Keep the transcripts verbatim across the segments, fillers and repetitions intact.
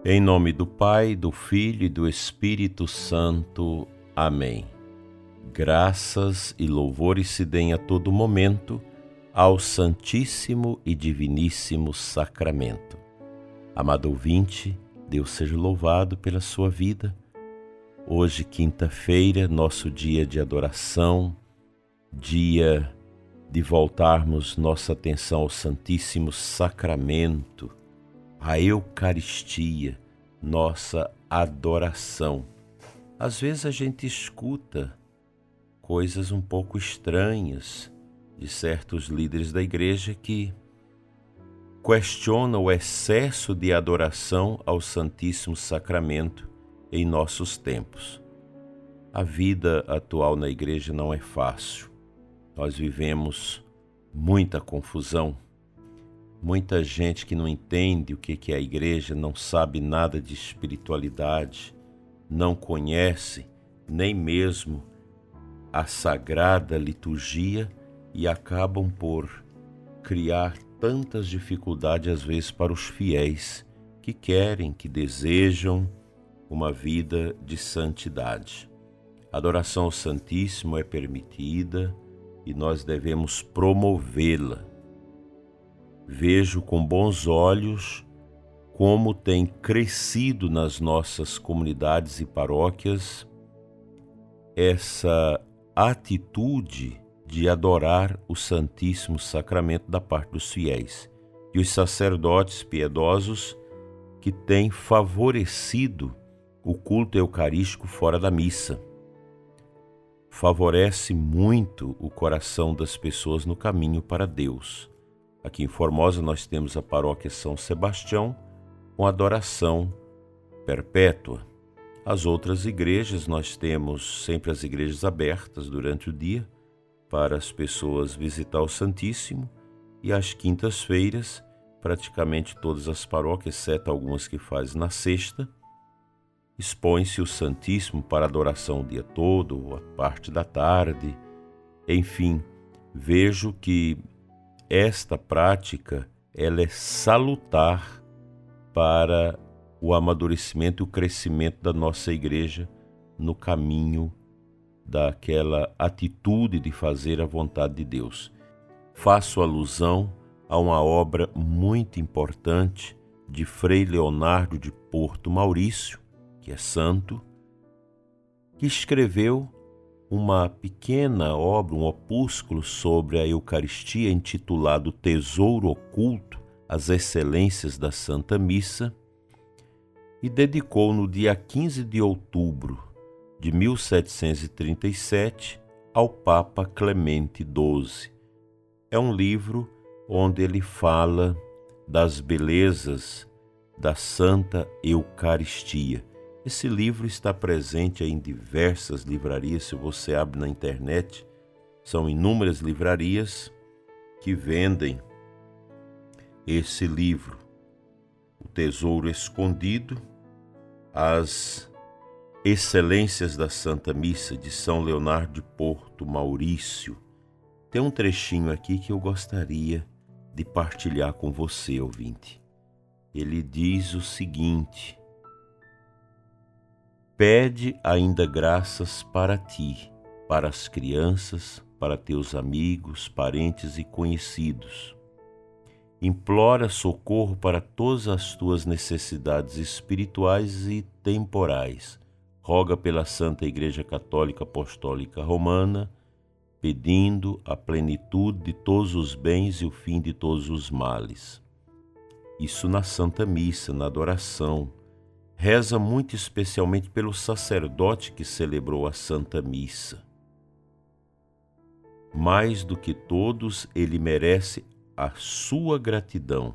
Em nome do Pai, do Filho e do Espírito Santo. Amém. Graças e louvores se deem a todo momento ao Santíssimo e Diviníssimo Sacramento. Amado ouvinte, Deus seja louvado pela sua vida. Hoje, quinta-feira, nosso dia de adoração, dia de voltarmos nossa atenção ao Santíssimo Sacramento, a Eucaristia, nossa adoração. Às vezes a gente escuta coisas um pouco estranhas de certos líderes da igreja que questionam o excesso de adoração ao Santíssimo Sacramento em nossos tempos. A vida atual na igreja não é fácil. Nós vivemos muita confusão. Muita gente que não entende o que é a igreja, não sabe nada de espiritualidade, não conhece nem mesmo a sagrada liturgia e acabam por criar tantas dificuldades às vezes para os fiéis que querem, que desejam uma vida de santidade. A adoração ao Santíssimo é permitida e nós devemos promovê-la. Vejo com bons olhos como tem crescido nas nossas comunidades e paróquias essa atitude de adorar o Santíssimo Sacramento da parte dos fiéis e os sacerdotes piedosos que têm favorecido o culto eucarístico fora da missa. Favorece muito o coração das pessoas no caminho para Deus. Aqui em Formosa nós temos a paróquia São Sebastião com adoração perpétua. As outras igrejas, nós temos sempre as igrejas abertas durante o dia para as pessoas visitar o Santíssimo e às quintas-feiras, praticamente todas as paróquias, exceto algumas que fazem na sexta, expõe-se o Santíssimo para adoração o dia todo, a parte da tarde. Enfim, vejo que esta prática ela é salutar para o amadurecimento e o crescimento da nossa igreja no caminho daquela atitude de fazer a vontade de Deus. Faço alusão a uma obra muito importante de Frei Leonardo de Porto Maurício, que é santo, que escreveu uma pequena obra, um opúsculo sobre a Eucaristia intitulado Tesouro Oculto, as Excelências da Santa Missa, e dedicou no dia quinze de outubro de mil setecentos e trinta e sete ao Papa Clemente doze. É um livro onde ele fala das belezas da Santa Eucaristia. Esse livro está presente em diversas livrarias. Se você abre na internet, são inúmeras livrarias que vendem esse livro, O Tesouro Escondido, as Excelências da Santa Missa, de São Leonardo de Porto Maurício. Tem um trechinho aqui que eu gostaria de partilhar com você, ouvinte. Ele diz o seguinte: pede ainda graças para ti, para as crianças, para teus amigos, parentes e conhecidos. Implora socorro para todas as tuas necessidades espirituais e temporais. Roga pela Santa Igreja Católica Apostólica Romana, pedindo a plenitude de todos os bens e o fim de todos os males. Isso na Santa Missa, na adoração. Reza muito especialmente pelo sacerdote que celebrou a Santa Missa. Mais do que todos, ele merece a sua gratidão.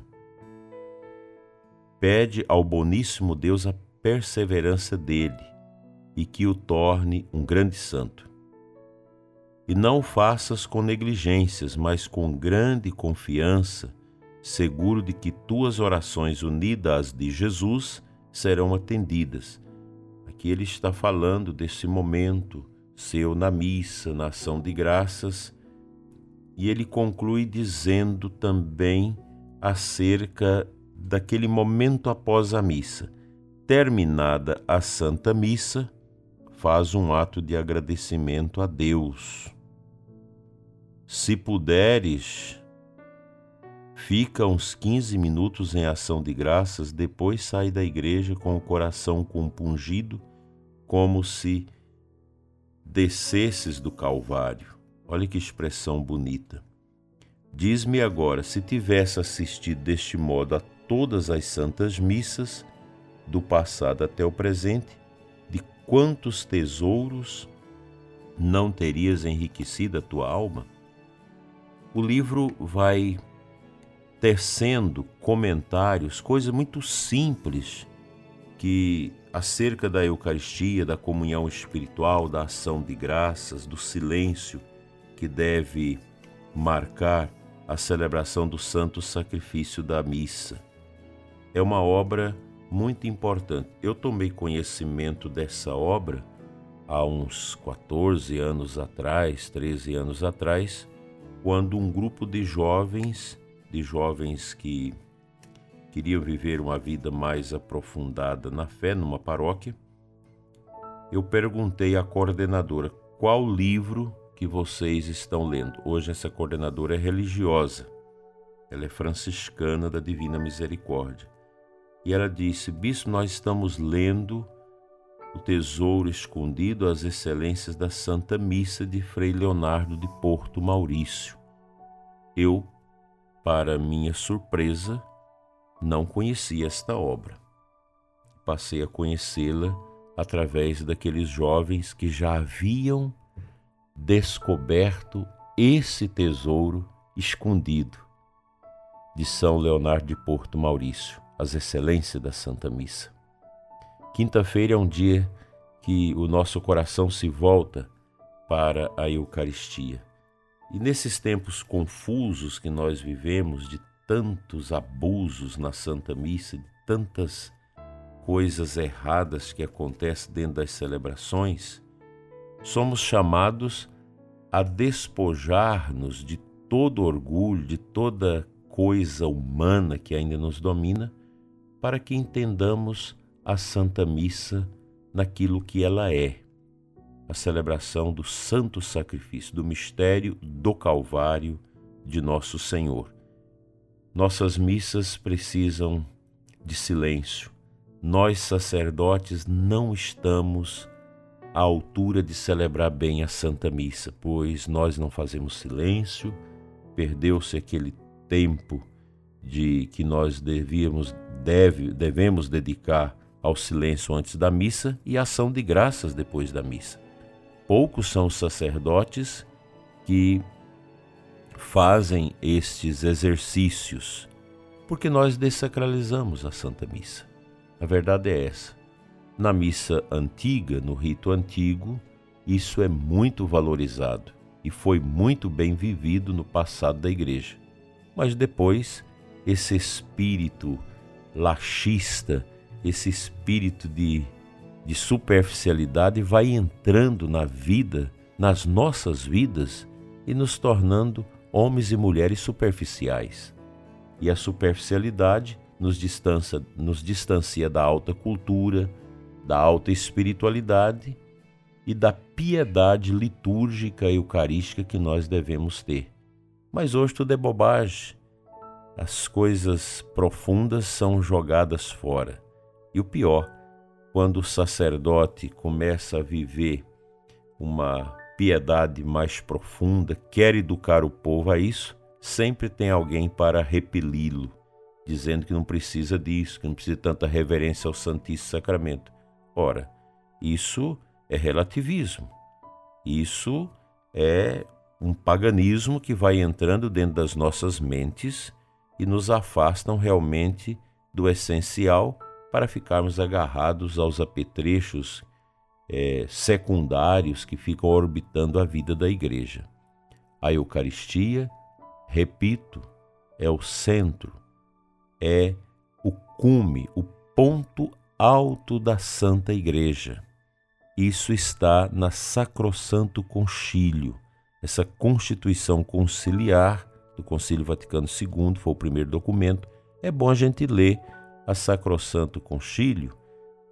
Pede ao boníssimo Deus a perseverança dele e que o torne um grande santo. E não o faças com negligências, mas com grande confiança, seguro de que tuas orações unidas às de Jesus serão atendidas. Aqui ele está falando desse momento seu na missa, na ação de graças, e ele conclui dizendo também acerca daquele momento após a missa. terminada a Santa Missa, faz um ato de agradecimento a Deus. Se puderes, fica uns quinze minutos em ação de graças, depois sai da igreja com o coração compungido, como se descesses do Calvário. Olha que expressão bonita. Diz-me agora, se tivesse assistido deste modo a todas as santas missas, do passado até o presente, de quantos tesouros não terias enriquecido a tua alma? O livro vai tecendo comentários, coisas muito simples, que acerca da Eucaristia, da comunhão espiritual, da ação de graças, do silêncio que deve marcar a celebração do santo sacrifício da missa. É uma obra muito importante. Eu tomei conhecimento dessa obra há uns quatorze anos atrás, treze anos atrás, quando um grupo de jovens, de jovens que queriam viver uma vida mais aprofundada na fé, numa paróquia, eu perguntei à coordenadora qual livro que vocês estão lendo. Hoje essa coordenadora é religiosa, ela é franciscana da Divina Misericórdia. E ela disse: bispo, nós estamos lendo O Tesouro Escondido, as Excelências da Santa Missa de Frei Leonardo de Porto Maurício. Eu, para minha surpresa, não conhecia esta obra. Passei a conhecê-la através daqueles jovens que já haviam descoberto esse tesouro escondido de São Leonardo de Porto Maurício, as excelências da Santa Missa. Quinta-feira é um dia que o nosso coração se volta para a Eucaristia. E nesses tempos confusos que nós vivemos, de tantos abusos na Santa Missa, de tantas coisas erradas que acontecem dentro das celebrações, somos chamados a despojar-nos de todo orgulho, de toda coisa humana que ainda nos domina, para que entendamos a Santa Missa naquilo que ela é, a celebração do santo sacrifício, do mistério do Calvário de Nosso Senhor. Nossas missas precisam de silêncio. Nós, sacerdotes, não estamos à altura de celebrar bem a Santa Missa, pois nós não fazemos silêncio, perdeu-se aquele tempo de que nós devíamos, deve, devemos dedicar ao silêncio antes da missa e à ação de graças depois da missa. Poucos são os sacerdotes que fazem estes exercícios, porque nós dessacralizamos a Santa Missa. A verdade é essa. Na missa antiga, no rito antigo, isso é muito valorizado e foi muito bem vivido no passado da Igreja. Mas depois, esse espírito laxista, esse espírito de, de superficialidade vai entrando na vida, nas nossas vidas, e nos tornando homens e mulheres superficiais. E a superficialidade nos distancia, nos distancia da alta cultura, da alta espiritualidade e da piedade litúrgica e eucarística que nós devemos ter. Mas hoje tudo é bobagem. As coisas profundas são jogadas fora. E o pior, quando o sacerdote começa a viver uma piedade mais profunda, quer educar o povo a isso, sempre tem alguém para repeli-lo, dizendo que não precisa disso, que não precisa de tanta reverência ao Santíssimo Sacramento. Ora, isso é relativismo. Isso é um paganismo que vai entrando dentro das nossas mentes e nos afastam realmente do essencial para ficarmos agarrados aos apetrechos é, secundários que ficam orbitando a vida da Igreja. A Eucaristia, repito, é o centro, é o cume, o ponto alto da Santa Igreja. Isso está na Sacrosanto Concílio, essa constituição conciliar do Concílio Vaticano segundo, foi o primeiro documento. É bom a gente ler a Sacrosanto Concílio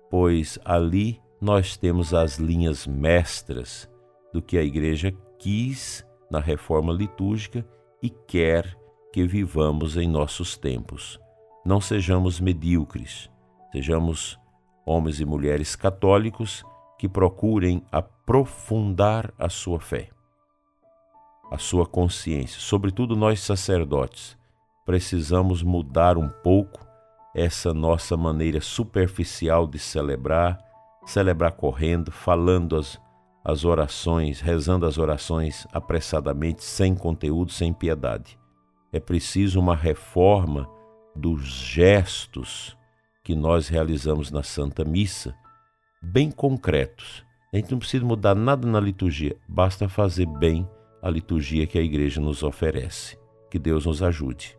pois ali nós temos as linhas mestras do que a Igreja quis na reforma litúrgica e quer que vivamos em nossos tempos. Não sejamos medíocres, sejamos homens e mulheres católicos que procurem aprofundar a sua fé, a sua consciência. Sobretudo nós sacerdotes, precisamos mudar um pouco essa nossa maneira superficial de celebrar, celebrar correndo, falando as, as orações, rezando as orações apressadamente, sem conteúdo, sem piedade. É preciso uma reforma dos gestos que nós realizamos na Santa Missa, bem concretos. A gente não precisa mudar nada na liturgia, basta fazer bem a liturgia que a Igreja nos oferece. Que Deus nos ajude.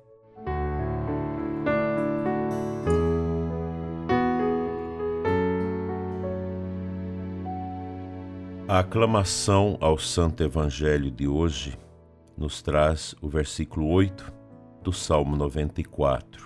A aclamação ao Santo Evangelho de hoje nos traz o versículo oito do Salmo noventa e quatro.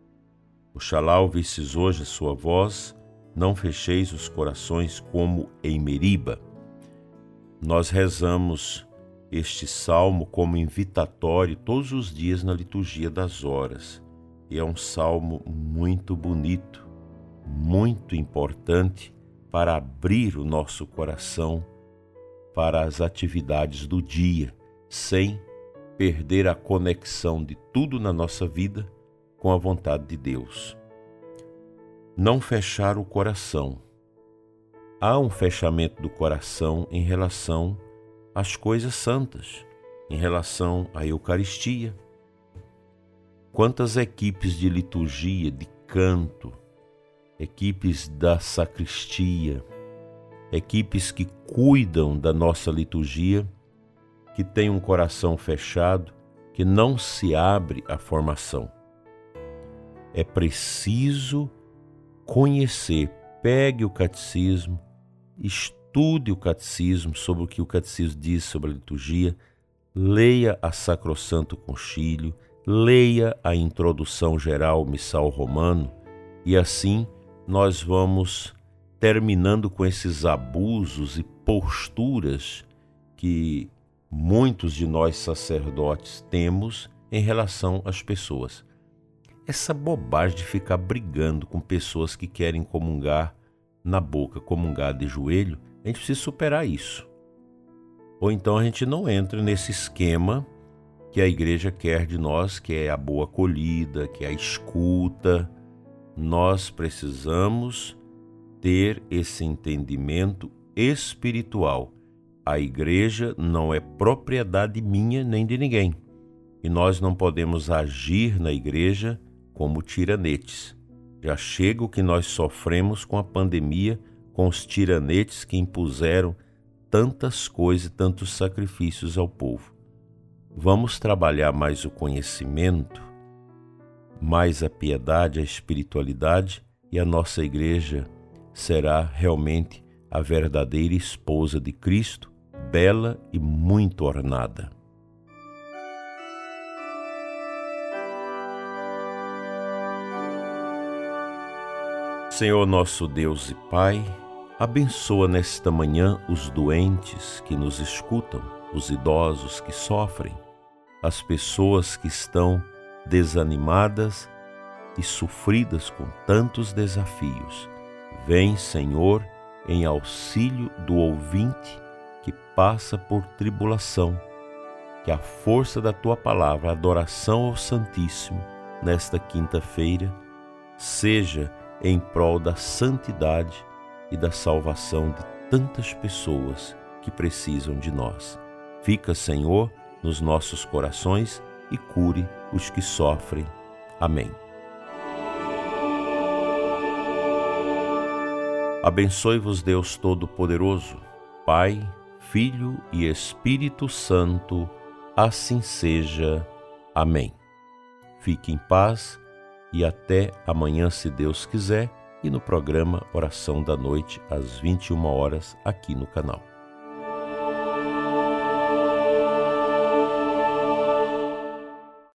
Oxalá ouvisses hoje a sua voz, não fecheis os corações como em Meriba. Nós rezamos este salmo como invitatório todos os dias na liturgia das horas. E é um salmo muito bonito, muito importante para abrir o nosso coração para as atividades do dia, sem perder a conexão de tudo na nossa vida com a vontade de Deus. Não fechar o coração. Há um fechamento do coração em relação às coisas santas, em relação à Eucaristia. Quantas equipes de liturgia, de canto, equipes da sacristia, equipes que cuidam da nossa liturgia, que têm um coração fechado, que não se abre à formação. É preciso conhecer, pegue o catecismo, estude o catecismo sobre o que o catecismo diz sobre a liturgia, leia a Sacrosanto Concílio, leia a introdução geral ao Missal Romano, e assim nós vamos terminando com esses abusos e posturas que muitos de nós sacerdotes temos em relação às pessoas. Essa bobagem de ficar brigando com pessoas que querem comungar na boca, comungar de joelho, a gente precisa superar isso. Ou então a gente não entra nesse esquema que a Igreja quer de nós, que é a boa acolhida, que é a escuta. Nós precisamos ter esse entendimento espiritual. A Igreja não é propriedade minha nem de ninguém. E nós não podemos agir na Igreja como tiranetes. Já chega o que nós sofremos com a pandemia, com os tiranetes que impuseram tantas coisas, tantos sacrifícios ao povo. Vamos trabalhar mais o conhecimento, mais a piedade, a espiritualidade, e a nossa Igreja será realmente a verdadeira esposa de Cristo, bela e muito ornada. Senhor nosso Deus e Pai, abençoa nesta manhã os doentes que nos escutam, os idosos que sofrem, as pessoas que estão desanimadas e sofridas com tantos desafios. Vem, Senhor, em auxílio do ouvinte que passa por tribulação. Que a força da Tua palavra, a adoração ao Santíssimo, nesta quinta-feira, seja em prol da santidade e da salvação de tantas pessoas que precisam de nós. Fica, Senhor, nos nossos corações e cure os que sofrem. Amém. Abençoe-vos Deus Todo-Poderoso, Pai, Filho e Espírito Santo, assim seja. Amém. Fique em paz e até amanhã, se Deus quiser, e no programa Oração da Noite, às vinte e uma horas, aqui no canal.